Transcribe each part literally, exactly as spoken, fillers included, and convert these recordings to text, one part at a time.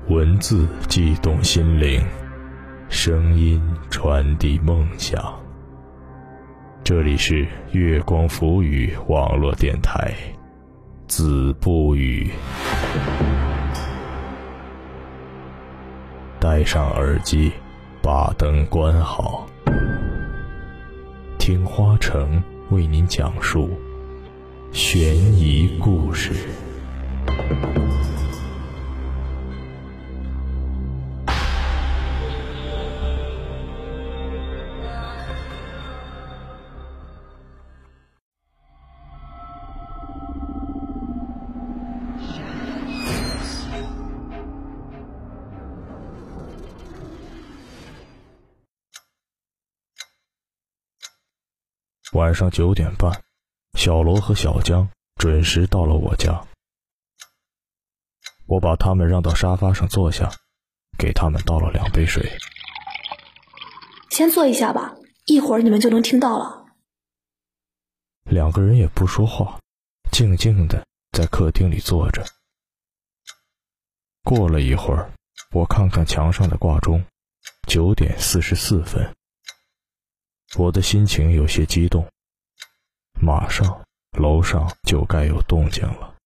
文字悸动心灵，声音传递梦想。这里是月光浮语网络电台，子不语。戴上耳机，把灯关好，听花城为您讲述悬疑故事。晚上九点半，小罗和小江准时到了我家。我把他们让到沙发上坐下，给他们倒了两杯水。 先坐一下吧，一会儿你们就能听到了。 两个人也不说话，静静的在客厅里坐着。过了一会儿，我看看墙上的挂钟，九点四十四分。我的心情有些激动，马上楼上就该有动静了。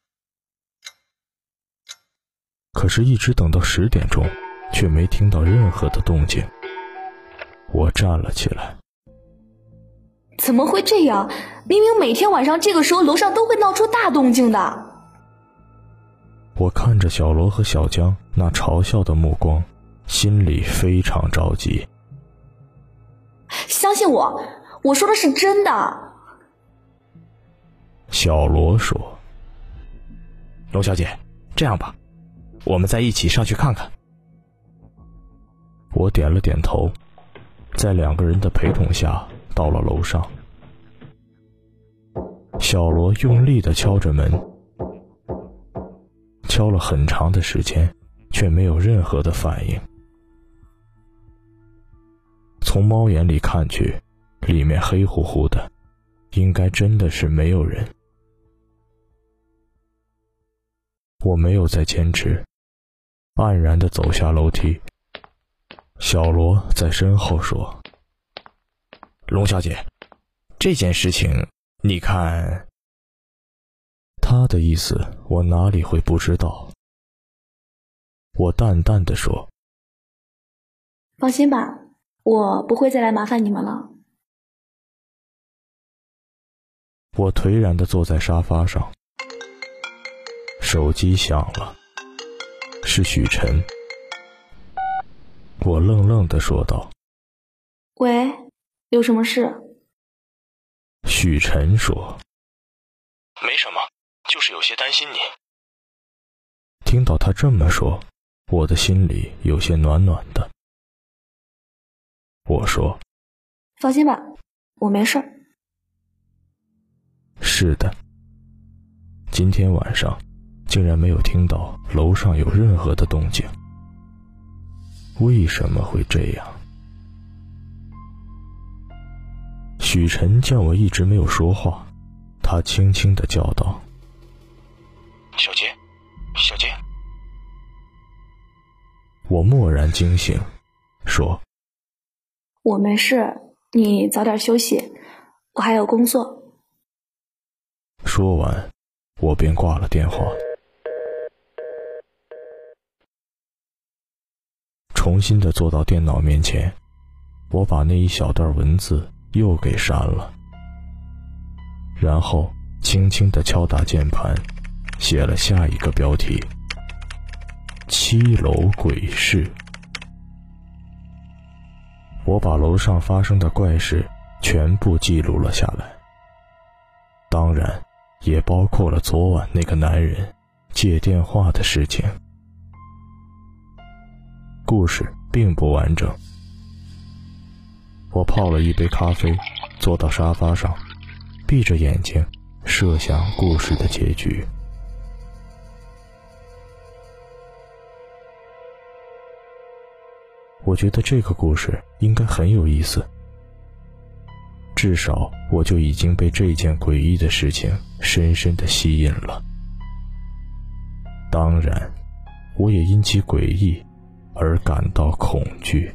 可是一直等到十点钟，却没听到任何的动静。我站了起来。 怎么会这样？明明每天晚上这个时候楼上都会闹出大动静的。 我看着小罗和小江那嘲笑的目光，心里非常着急。 相信我，我说的是真的。 小罗说：龙小姐，这样吧，我们再一起上去看看。我点了点头，在两个人的陪同下到了楼上。小罗用力地敲着门，敲了很长的时间，却没有任何的反应。从猫眼里看去，里面黑乎乎的，应该真的是没有人。我没有再坚持，黯然地走下楼梯。小罗在身后说：龙小姐，这件事情你看。他的意思我哪里会不知道。我淡淡地说： 放心吧，我不会再来麻烦你们了。 我颓然地坐在沙发上，手机响了，是许晨。我愣愣地说道： 喂，有什么事？ 许晨说：没什么，就是有些担心你。听到他这么说，我的心里有些暖暖的。我说： 放心吧，我没事儿。 是的，今天晚上竟然没有听到楼上有任何的动静。为什么会这样？许晨见我一直没有说话，他轻轻地叫道：小杰，小杰。我蓦然惊醒，说： 我没事，你早点休息，我还有工作。 说完，我便挂了电话。重新地坐到电脑面前，我把那一小段文字又给删了，然后轻轻地敲打键盘，写了下一个标题：七楼鬼事。我把楼上发生的怪事全部记录了下来，当然也包括了昨晚那个男人借电话的事情。故事并不完整。我泡了一杯咖啡，坐到沙发上，闭着眼睛设想故事的结局。我觉得这个故事应该很有意思，至少我就已经被这件诡异的事情深深地吸引了。当然， 我也因其诡异而感到恐惧。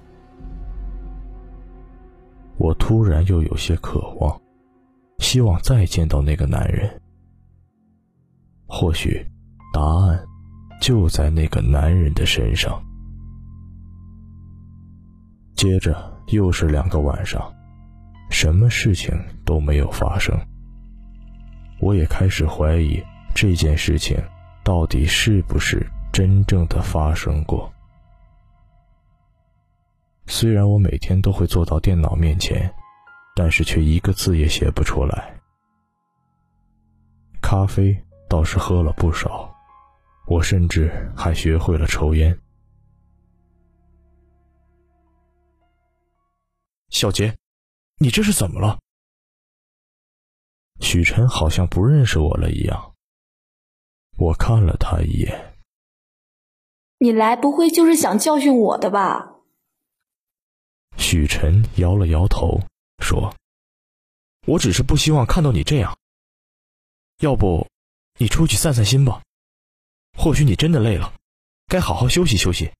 我突然又有些渴望，希望再见到那个男人。或许答案就在那个男人的身上。接着又是两个晚上，什么事情都没有发生。我也开始怀疑这件事情到底是不是真正的发生过。虽然我每天都会坐到电脑面前，但是却一个字也写不出来。咖啡倒是喝了不少，我甚至还学会了抽烟。小杰，你这是怎么了？许晨好像不认识我了一样。我看了他一眼。 你来不会就是想教训我的吧？ 许晨摇了摇头，说：我只是不希望看到你这样。要不，你出去散散心吧。或许你真的累了，该好好休息休息。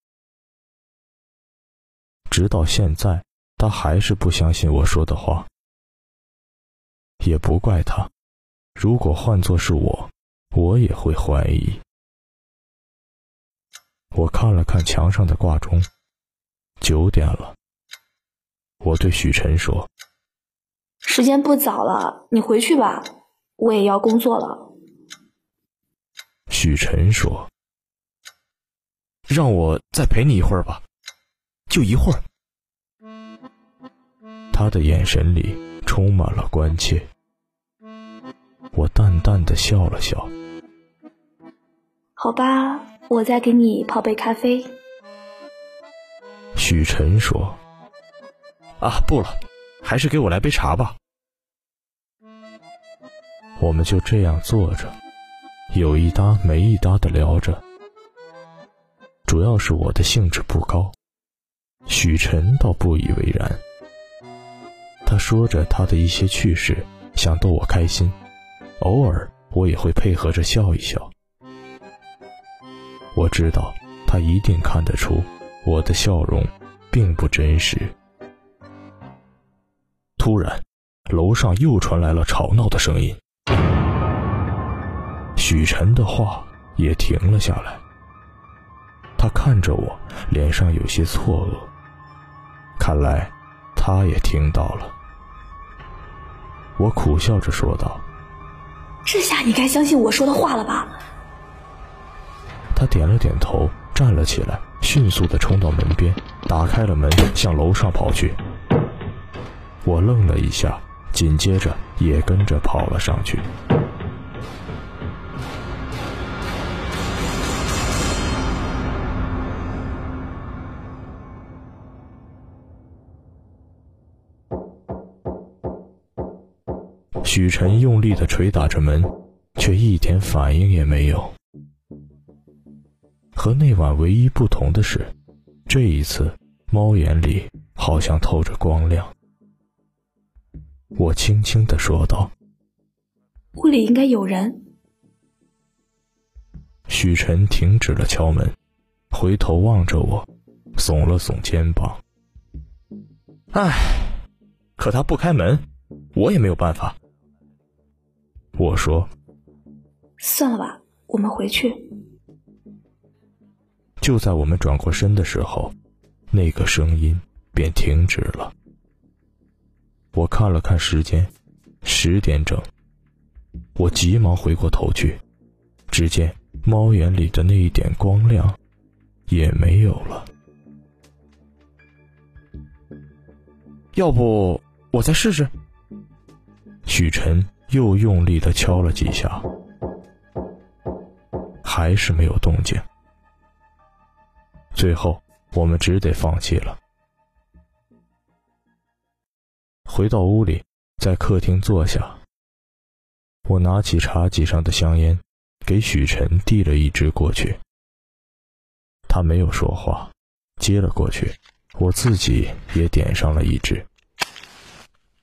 直到现在，他还是不相信我说的话。也不怪他，如果换作是我，我也会怀疑。我看了看墙上的挂钟，九点了。我对许晨说： 时间不早了，你回去吧，我也要工作了。 许晨说：让我再陪你一会儿吧，就一会儿。他的眼神里充满了关切。我淡淡的笑了笑。 好吧，我再给你泡杯咖啡。 许晨说：啊，不了，还是给我来杯茶吧。我们就这样坐着，有一搭没一搭的聊着。主要是我的兴致不高，许晨倒不以为然。他说着他的一些趣事，想逗我开心，偶尔我也会配合着笑一笑。我知道他一定看得出我的笑容并不真实。突然，楼上又传来了吵闹的声音，许晨的话也停了下来。他看着我，脸上有些错愕，看来他也听到了。我苦笑着说道： 这下你该相信我说的话了吧？ 他点了点头，站了起来，迅速地冲到门边，打开了门，向楼上跑去。我愣了一下，紧接着也跟着跑了上去。许晨用力地捶打着门，却一点反应也没有。和那晚唯一不同的是，这一次猫眼里好像透着光亮。我轻轻地说道： 屋里应该有人。 许晨停止了敲门，回头望着我，耸了耸肩膀。唉，可他不开门，我也没有办法。我说： 算了吧，我们回去。 就在我们转过身的时候，那个声音便停止了。我看了看时间，十点整。我急忙回过头去，只见猫眼里的那一点光亮也没有了。要不我再试试？许晨又用力地敲了几下，还是没有动静。最后我们只得放弃了。回到屋里，在客厅坐下，我拿起茶几上的香烟，给许晨递了一支过去。他没有说话，接了过去，我自己也点上了一支。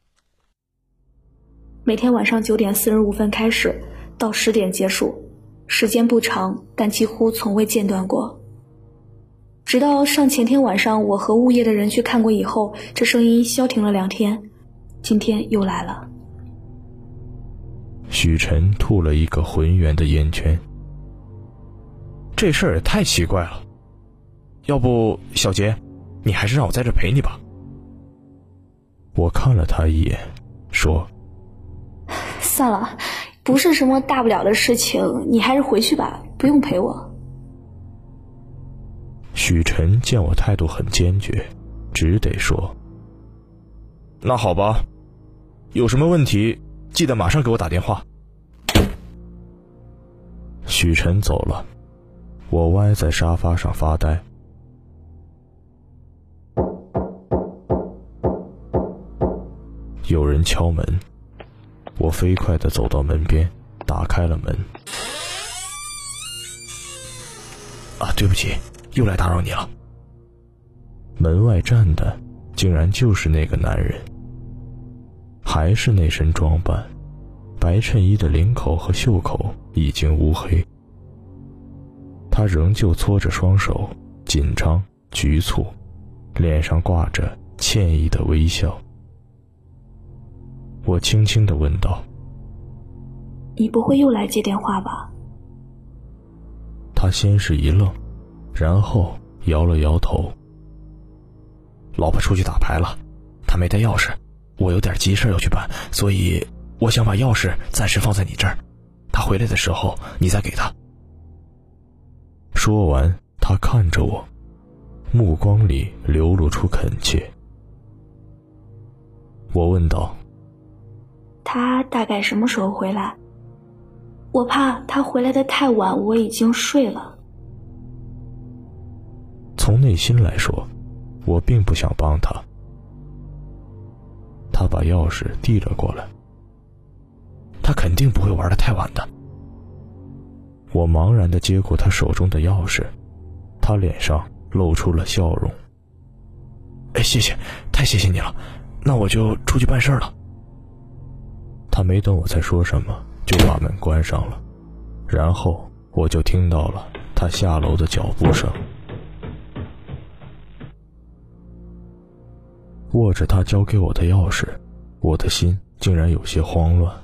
每天晚上九点四十五分开始，到十点结束， 时间不长，但几乎从未间断过。直到上前天晚上我和物业的人去看过以后，这声音消停了两天，今天又来了。 许晨吐了一个浑圆的烟圈。这事儿也太奇怪了，要不小杰，你还是让我在这陪你吧。我看了他一眼，说： 算了，不是什么大不了的事情，你还是回去吧，不用陪我。 许晨见我态度很坚决，只得说：那好吧，有什么问题记得马上给我打电话。许晨走了，我歪在沙发上发呆。有人敲门，我飞快地走到门边，打开了门。啊，对不起，又来打扰你了。门外站的竟然就是那个男人，还是那身装扮，白衬衣的领口和袖口已经乌黑。他仍旧搓着双手，紧张局促，脸上挂着歉意的微笑。我轻轻地问道： 你不会又来接电话吧？ 他先是一愣，然后摇了摇头。老婆出去打牌了，她没带钥匙，我有点急事要去办，所以我想把钥匙暂时放在你这儿，她回来的时候你再给她。说完，他看着我，目光里流露出恳切。我问道： 他大概什么时候回来？我怕他回来的太晚，我已经睡了。 从内心来说，我并不想帮他。他把钥匙递了过来。他肯定不会玩得太晚的。我茫然地接过他手中的钥匙，他脸上露出了笑容。哎，谢谢，太谢谢你了，那我就出去办事了。他没等我再说什么，就把门关上了，然后我就听到了他下楼的脚步声。握着他交给我的钥匙，我的心竟然有些慌乱，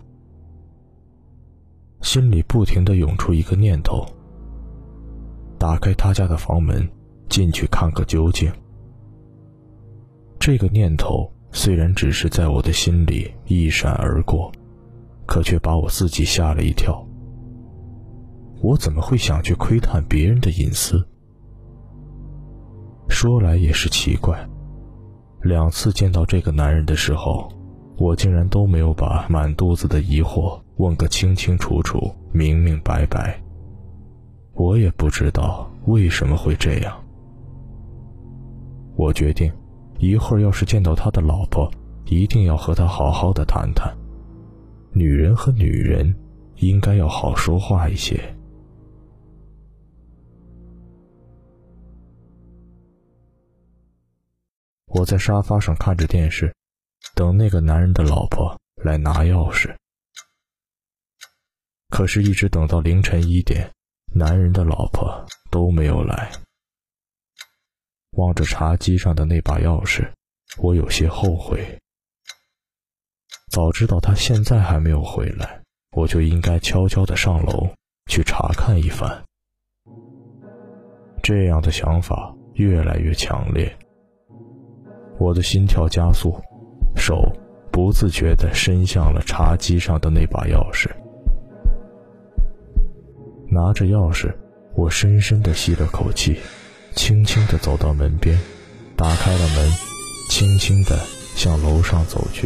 心里不停地涌出一个念头：打开他家的房门，进去看个究竟。这个念头虽然只是在我的心里一闪而过，可却把我自己吓了一跳。我怎么会想去窥探别人的隐私？说来也是奇怪，两次见到这个男人的时候，我竟然都没有把满肚子的疑惑问个清清楚楚、明明白白。我也不知道为什么会这样。我决定，一会儿要是见到他的老婆，一定要和他好好的谈谈。女人和女人应该要好说话一些。我在沙发上看着电视，等那个男人的老婆来拿钥匙。可是一直等到凌晨一点，男人的老婆都没有来。望着茶几上的那把钥匙，我有些后悔。早知道他现在还没有回来，我就应该悄悄地上楼去查看一番。这样的想法越来越强烈，我的心跳加速，手不自觉地伸向了茶几上的那把钥匙。拿着钥匙，我深深地吸了口气，轻轻地走到门边，打开了门，轻轻地向楼上走去。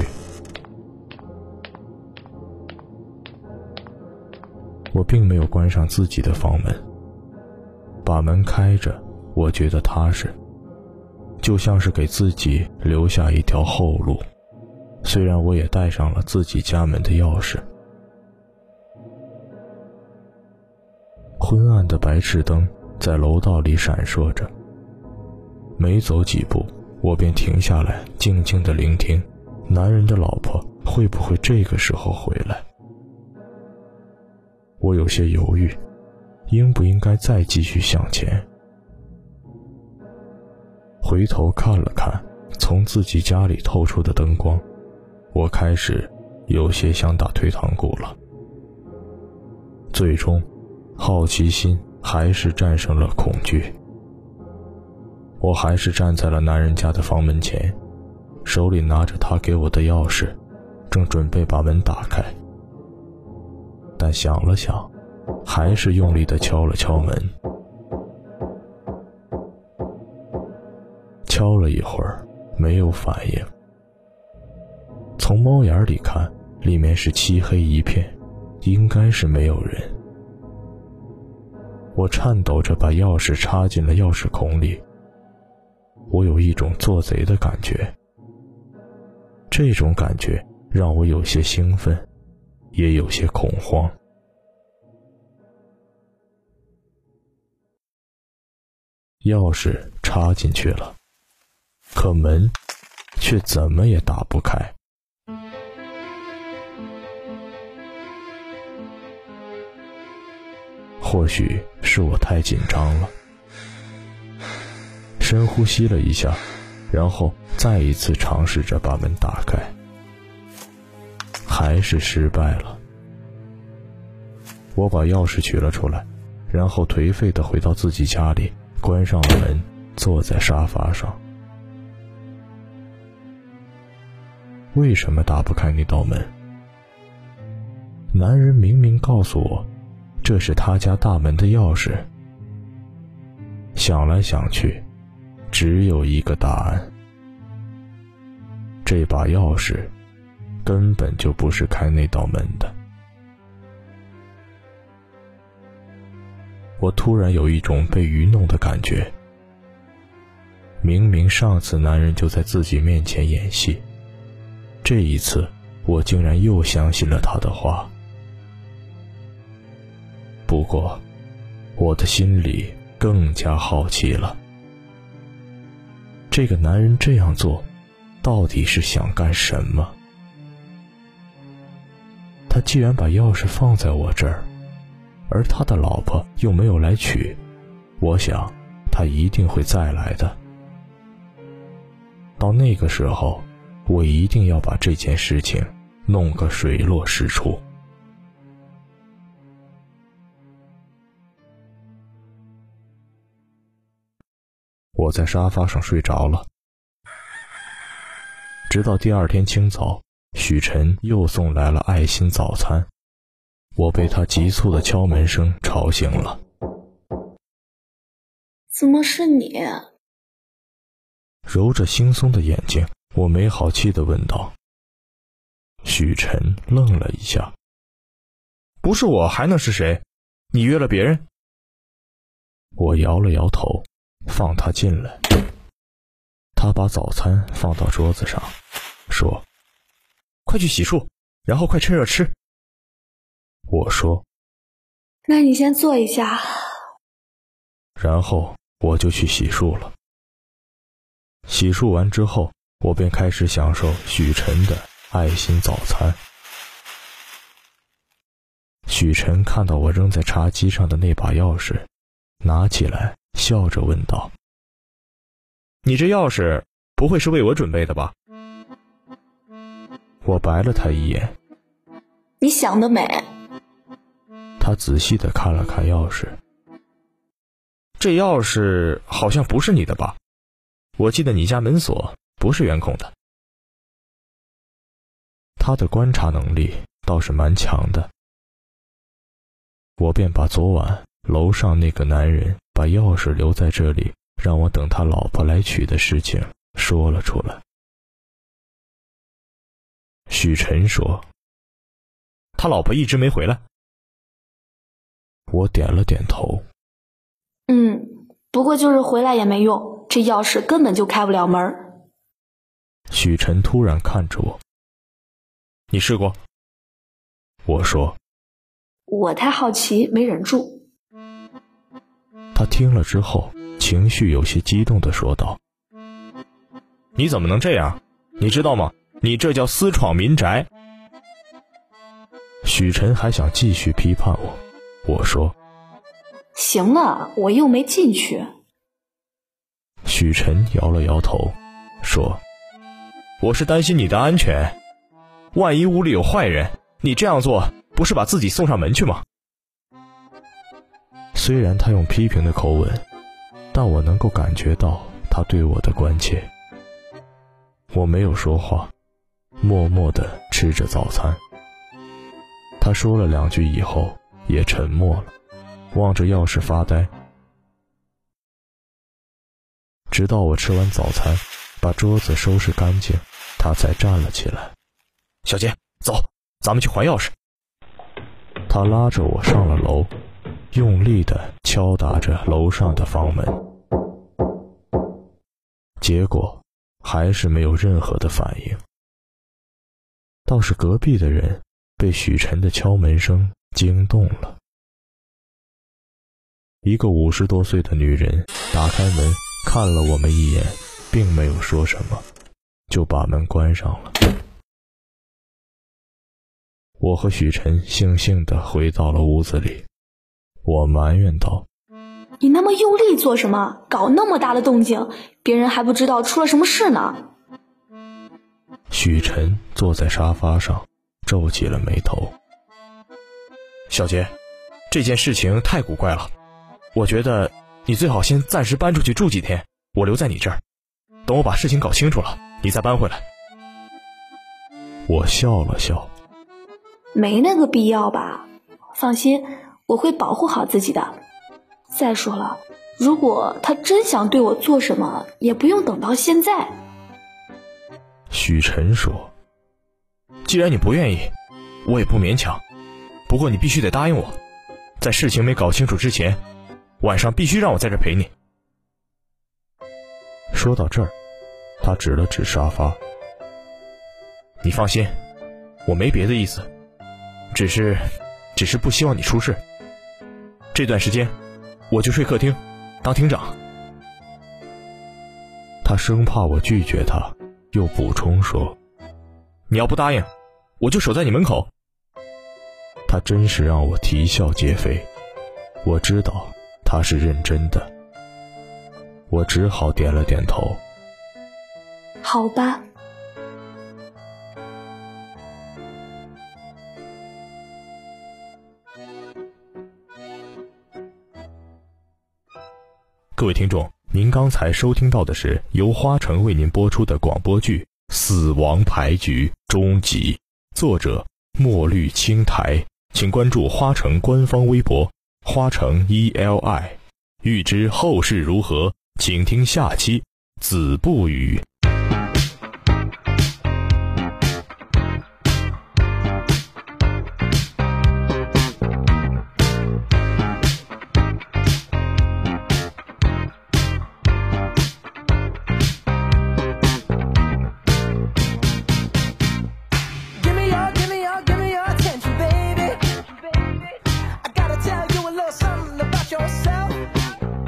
我并没有关上自己的房门，把门开着，我觉得踏实，就像是给自己留下一条后路。虽然我也带上了自己家门的钥匙。昏暗的白炽灯在楼道里闪烁着，没走几步，我便停下来，静静地聆听，男人的老婆会不会这个时候回来？我有些犹豫， 应不应该再继续向前。回头看了看从自己家里透出的灯光，我开始有些想打退堂鼓了。最终，好奇心还是战胜了恐惧。我还是站在了男人家的房门前，手里拿着他给我的钥匙，正准备把门打开。但想了想，还是用力地敲了敲门。敲了一会儿，没有反应。从猫眼里看，里面是漆黑一片，应该是没有人。我颤抖着把钥匙插进了钥匙孔里。我有一种做贼的感觉，这种感觉让我有些兴奋，也有些恐慌。钥匙插进去了，可门却怎么也打不开。或许是我太紧张了，深呼吸了一下，然后再一次尝试着把门打开，还是失败了。我把钥匙取了出来，然后颓废地回到自己家里，关上了门，坐在沙发上。为什么打不开那道门？男人明明告诉我，这是他家大门的钥匙。想来想去，只有一个答案：这把钥匙根本就不是开那道门的。我突然有一种被愚弄的感觉。明明上次男人就在自己面前演戏，这一次我竟然又相信了他的话。不过，我的心里更加好奇了。这个男人这样做，到底是想干什么？他既然把钥匙放在我这儿，而他的老婆又没有来取，我想他一定会再来的。到那个时候，我一定要把这件事情弄个水落石出。我在沙发上睡着了，直到第二天清早，许晨又送来了爱心早餐，我被他急促的敲门声吵醒了。 怎么是你？ 揉着惺忪的眼睛，我没好气地问道。许晨愣了一下。不是我还能是谁？你约了别人？我摇了摇头，放他进来。他把早餐放到桌子上，说：快去洗漱，然后快趁热吃。我说： 那你先坐一下。 然后我就去洗漱了。洗漱完之后，我便开始享受许晨的爱心早餐。许晨看到我扔在茶几上的那把钥匙，拿起来笑着问道：你这钥匙不会是为我准备的吧？我白了他一眼。 你想得美。 他仔细地看了看钥匙。这钥匙好像不是你的吧？我记得你家门锁不是圆孔的。他的观察能力倒是蛮强的。我便把昨晚楼上那个男人把钥匙留在这里，让我等他老婆来取的事情说了出来。许晨说：他老婆一直没回来。我点了点头。 嗯，不过就是回来也没用，这钥匙根本就开不了门。 许晨突然看着我：你试过？我说： 我太好奇没忍住。 他听了之后情绪有些激动地说道：你怎么能这样？你知道吗？你这叫私闯民宅。许晨还想继续批判我，我说： 行了，我又没进去。 许晨摇了摇头，说：我是担心你的安全，万一屋里有坏人，你这样做不是把自己送上门去吗？虽然他用批评的口吻，但我能够感觉到他对我的关切。我没有说话，默默地吃着早餐。他说了两句以后也沉默了，望着钥匙发呆。直到我吃完早餐，把桌子收拾干净，他才站了起来。小杰，走，咱们去还钥匙。他拉着我上了楼，用力地敲打着楼上的房门，结果还是没有任何的反应。倒是隔壁的人被许晨的敲门声惊动了。一个五十多岁的女人打开门看了我们一眼，并没有说什么，就把门关上了。我和许晨悻悻地回到了屋子里，我埋怨道： 你那么用力做什么？搞那么大的动静，别人还不知道出了什么事呢。 许晨坐在沙发上皱起了眉头。小杰，这件事情太古怪了，我觉得你最好先暂时搬出去住几天，我留在你这儿，等我把事情搞清楚了，你再搬回来。我笑了笑， 没那个必要吧，放心，我会保护好自己的。再说了，如果他真想对我做什么，也不用等到现在。 许晨说：既然你不愿意，我也不勉强，不过你必须得答应我，在事情没搞清楚之前，晚上必须让我在这陪你。说到这儿，他指了指沙发。你放心，我没别的意思，只是只是不希望你出事。这段时间我就睡客厅当厅长。他生怕我拒绝他，又补充说：你要不答应，我就守在你门口。他真是让我啼笑皆非，我知道他是认真的，我只好点了点头。 好吧。 各位听众，您刚才收听到的是由花城为您播出的广播剧《死亡牌局》终极，作者墨绿青苔，请关注花城官方微博花城 E L I。 欲知后事如何，请听下期子不语。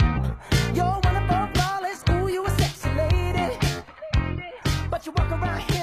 You walk around here